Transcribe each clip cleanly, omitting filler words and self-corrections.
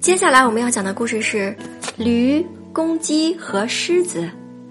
接下来我们要讲的故事是驴、公鸡和狮子。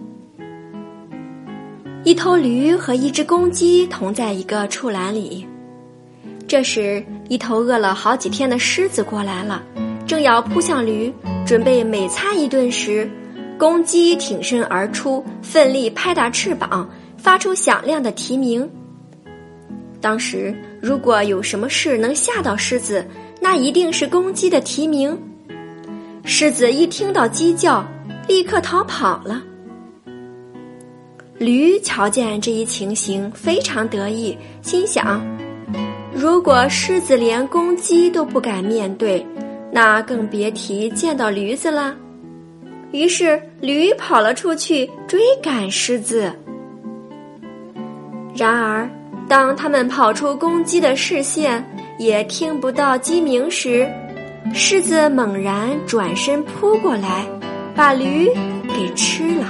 一头驴和一只公鸡同在一个畜栏里。这时，一头饿了好几天的狮子过来了，正要扑向驴，准备美餐一顿时，公鸡挺身而出，奋力拍打翅膀，发出响亮的啼鸣。当时，如果有什么事能吓到狮子，那一定是公鸡的啼鸣。狮子一听到鸡叫，立刻逃跑了。驴瞧见这一情形，非常得意，心想：如果狮子连公鸡都不敢面对，那更别提见到驴子了。于是驴跑了出去，追赶狮子。然而，当他们跑出公鸡的视线，也听不到鸡鸣时，狮子猛然转身扑过来，把驴给吃了。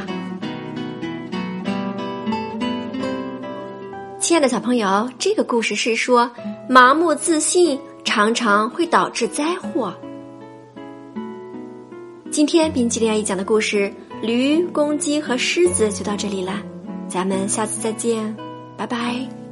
亲爱的小朋友，这个故事是说，盲目自信常常会导致灾祸。今天冰淇淋阿姨讲的故事驴、公鸡和狮子就到这里了，咱们下次再见，拜拜。